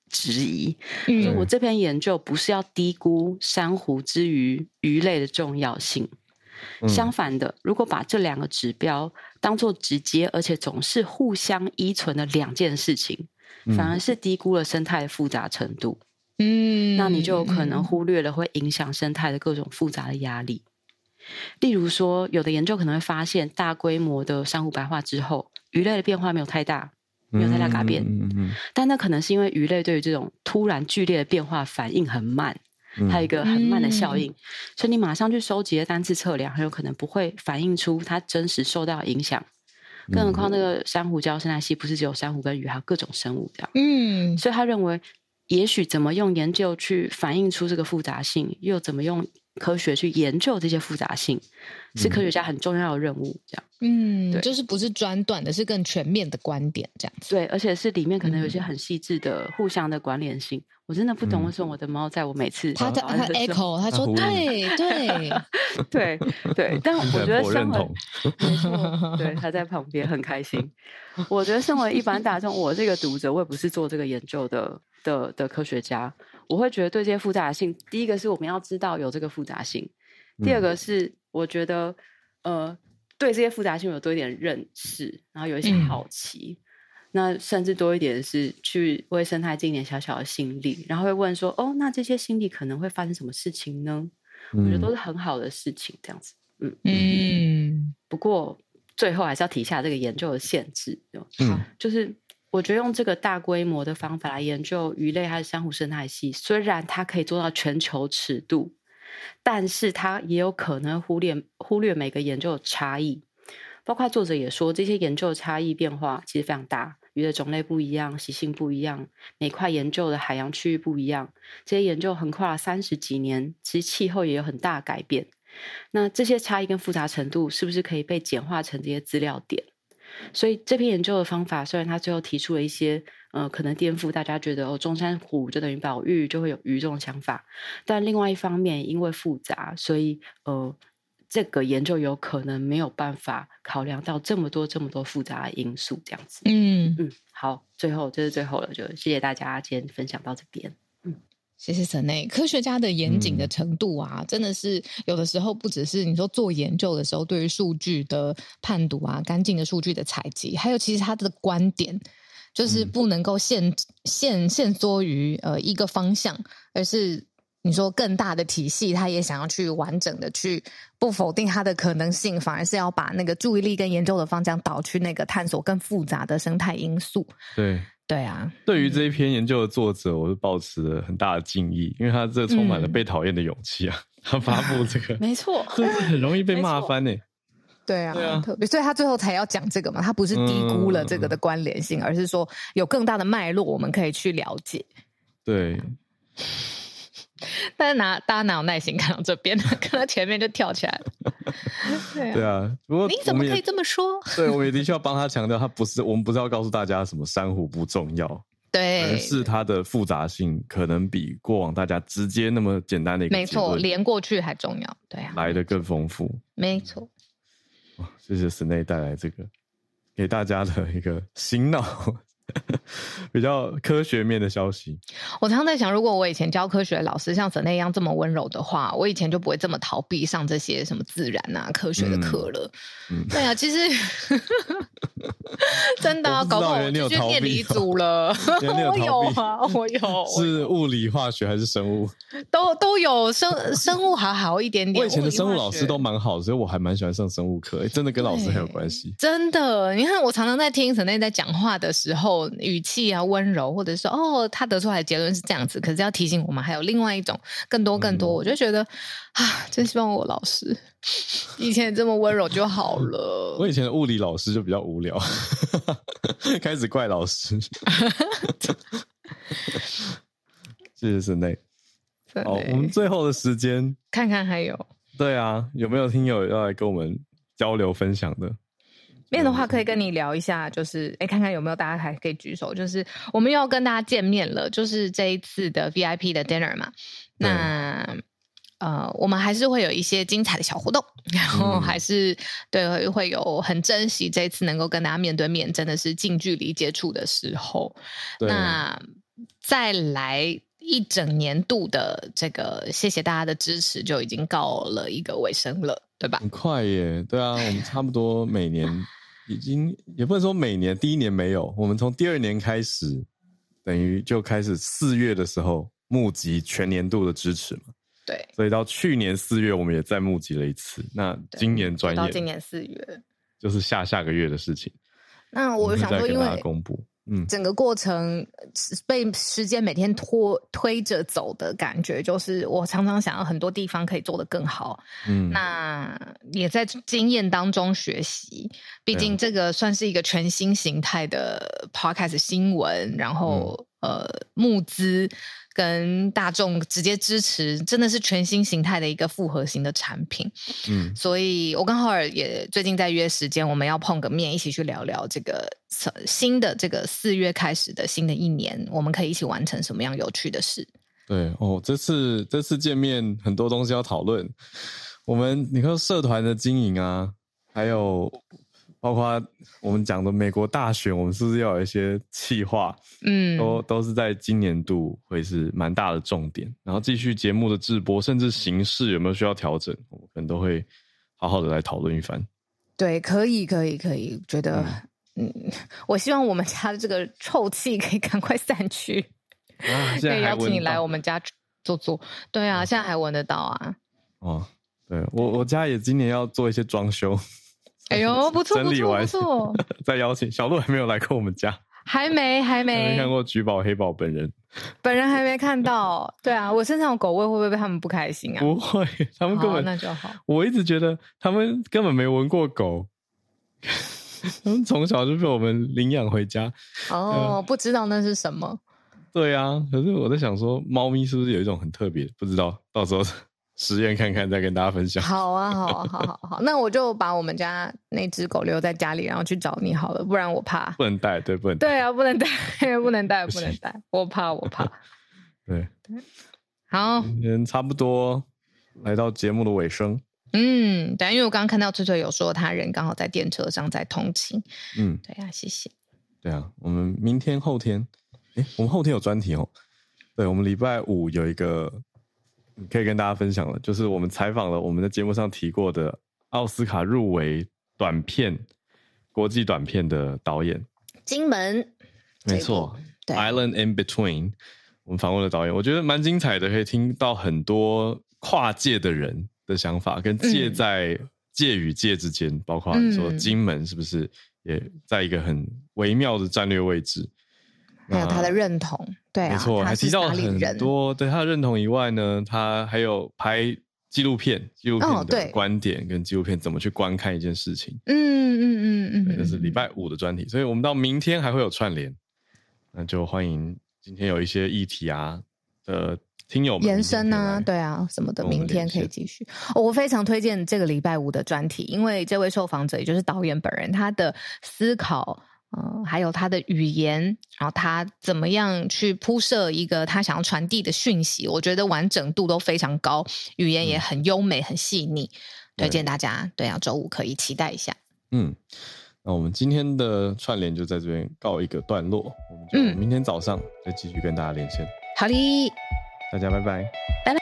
质疑。嗯，所以我这篇研究不是要低估珊瑚之于鱼类的重要性。嗯、相反的，如果把这两个指标当作直接而且总是互相依存的两件事情，嗯、反而是低估了生态的复杂程度。嗯，那你就有可能忽略了会影响生态的各种复杂的压力。例如说，有的研究可能会发现，大规模的珊瑚白化之后，鱼类的变化没有太大，没有太大改变。嗯嗯嗯、但那可能是因为鱼类对于这种突然剧烈的变化反应很慢，它有一个很慢的效应，嗯、所以你马上去收集的单次测量，很有可能不会反映出它真实受到影响。更何况那个珊瑚礁生态系不是只有珊瑚跟鱼，还有各种生物这样。嗯，所以他认为，也许怎么用研究去反映出这个复杂性，又怎么用科学去研究这些复杂性，是科学家很重要的任务这样。 嗯，对，就是不是专断的，是更全面的观点这样子。 对，而且是里面可能有一些很细致的互相的关联性。嗯、我真的不懂为什么我的猫在我每次他他他 echo 他说对对对对，但我觉得身为没错，对，他在旁边很开心。我觉得身为一般大众，我这个读者，我也不是做这个研究的的的科学家，我会觉得对这些复杂性，第一个是我们要知道有这个复杂性，第二个是我觉得呃。对这些复杂性有多一点认识，然后有一些好奇，嗯、那甚至多一点是去为生态尽一点小小的心力，然后会问说：“哦，那这些心力可能会发生什么事情呢？”嗯、我觉得都是很好的事情，这样子。嗯嗯。不过最后还是要提下这个研究的限制，嗯，就是我觉得用这个大规模的方法来研究鱼类还是珊瑚生态系，虽然它可以做到全球尺度。但是它也有可能忽略忽略每个研究的差异，包括作者也说，这些研究的差异变化其实非常大，鱼的种类不一样，习性不一样，每块研究的海洋区域不一样，这些研究横跨了三十几年，其实气候也有很大的改变。那这些差异跟复杂程度是不是可以被简化成这些资料点？所以这篇研究的方法，虽然他最后提出了一些呃，可能颠覆大家觉得哦，中珊瑚就等于保育，就会有鱼这种想法，但另外一方面，因为复杂，所以呃，这个研究有可能没有办法考量到这么多这么多复杂的因素，这样子。嗯嗯，好，最后这是最后了，就谢谢大家今天分享到这边。嗯。 谢谢沈内，科学家的严谨的程度啊，嗯、真的是有的时候不只是你说做研究的时候，对于数据的判读啊，干净的数据的采集，还有其实他的观点，就是不能够限、嗯、限限缩于呃一个方向，而是你说更大的体系，他也想要去完整的去不否定它的可能性，反而是要把那个注意力跟研究的方向导去那个探索更复杂的生态因素。 对。 对啊， 对于这一篇研究的作者，我是抱持了很大的敬意，因为他这充满了被讨厌的勇气啊！嗯、他发布这个， 没错， 这很容易被骂翻呢。 对啊，对啊，特别，所以他最后才要讲这个嘛，他不是低估了这个的关联性，嗯、而是说有更大的脉络，我们可以去了解。 对。 但是哪大家哪有耐心看到这边，看到前面就跳起来了。对啊， 对啊，不过你怎么可以这么说？ 对，我们也的确要帮他强调，他不是我们不是要告诉大家什么珊瑚不重要， 对， 而是它的复杂性可能比过往大家直接那么简单的一个没错，连过去还重要，对啊， 来得更丰富， 没错。 谢谢史内带来这个给大家的一个醒脑。比较科学面的消息， 我常常在想，如果我以前教科学的老师像沈内一样这么温柔的话，我以前就不会这么逃避上这些什么自然啊、科学的课了。嗯嗯、对啊，其实真的、啊、搞不好我就去念理组了。我有啊，我有。 是物理、化学还是生物？ 都都有生生物还好一点点。 我以前的生物老师都蛮好，所以我还蛮喜欢上生物课、欸，真的跟老师很有关系。 真的，你看我常常在听沈内在讲话的时候。语气啊温柔，或者说哦他得出来的结论是这样子，可是要提醒我们还有另外一种更多更多、嗯、我就觉得啊真希望我老师以前这么温柔就好了。 我以前的物理老师就比较无聊开始怪老师谢谢沈内。好，我们最后的时间看看还有对啊有没有听友要来跟我们交流分享的？ 没有的话可以跟你聊一下，就是哎，看看有没有大家还可以举手，就是我们又要跟大家见面了，就是这一次的 V I P 的 dinner 嘛，那呃我们还是会有一些精彩的小活动，然后还是、嗯、对会有很珍惜这一次能够跟大家面对面真的是近距离接触的时候。那再来一整年度的这个谢谢大家的支持就已经告了一个尾声了，对吧？ 很快耶，对啊，我们差不多每年已经也不能说每年，第一年没有，我们从第二年开始，等于就开始四月的时候募集全年度的支持嘛。 对， 所以到去年四月我们也再募集了一次，那今年转眼到今年四月就是下下个月的事情。 那我想说，因为公布，嗯， 整个过程被时间每天拖推着走的感觉，就是我常常想要很多地方可以做得更好，嗯，那也在经验当中学习。毕竟这个算是一个全新形态的 podcast 新闻，然后、嗯、呃募资跟大众直接支持，真的是全新形态的一个复合型的产品。嗯，所以我跟浩尔也最近在约时间，我们要碰个面，一起去聊聊这个新的这个四月开始的新的一年，我们可以一起完成什么样有趣的事。 对哦，这次这次见面很多东西要讨论。我们你看社团的经营啊，还有包括我们讲的美国大选，我们是不是要有一些企划？嗯，都都是在今年度会是蛮大的重点。然后继续节目的制播，甚至形式有没有需要调整，我们可能都会好好的来讨论一番。 对，可以，可以，可以，觉得，嗯，嗯我希望我们家的这个臭气可以赶快散去。 啊，现在还可以邀请你来我们家坐坐。对啊，现在还闻得到啊。 哦，对我我家也今年要做一些装修。 哎呦，不错， 整理完不错，不错。 再邀请小鹿还没有来过我们家。 还没还没还没看过橘宝黑宝本人， 本人还没看到。对啊，我身上有狗味，会不会被他们不开心啊？ 不会，他们根本那就好。 我一直觉得他们根本没闻过狗，他们从小就被我们领养回家。 哦、呃，不知道那是什么。 对啊，可是我在想说，猫咪是不是有一种很特别？不知道，到时候实验看看，再跟大家分享。 好啊，好啊，好好好，那我就把我们家那只狗留在家里，然后去找你好了，不然我怕。 不能带，对，不能带。 对啊，不能带，不能带，不能带，我怕，我怕。 对， 好， 今天差不多来到节目的尾声。 嗯，对，因为我刚刚看到翠翠有说他人刚好在电车上在通勤。嗯，对啊，谢谢。 对啊，我们明天后天，诶，我们后天有专题哦。对，我们礼拜五有一个。可以跟大家分享了，就是我们采访了我们在节目上提过的奥斯卡入围短片国际短片的导演金门， 没错 Island in Between， 我们访问了导演，我觉得蛮精彩的，可以听到很多跨界的人的想法，跟界在、嗯、界与界之间，包括说金门是不是也在一个很微妙的战略位置， 还有他的认同，对啊， 没错，还提到很多对他的认同以外呢，他还有拍纪录片，纪录片的观点跟纪录片怎么去观看一件事情。嗯嗯嗯嗯，这是礼拜五的专题，所以我们到明天还会有串联，那就欢迎今天有一些议题啊的听友们延伸啊，对啊什么的，明天可以继续。哦，我非常推荐这个礼拜五的专题，因为这位受访者也就是导演本人，他的思考。呃，还有他的语言，然后他怎么样去铺设一个他想要传递的讯息，我觉得完整度都非常高，语言也很优美、很细腻，推荐大家。对啊，周五可以期待一下。嗯， 那我们今天的串联就在这边告一个段落，我们就明天早上再继续跟大家连线。 好的， 大家拜拜， 拜拜。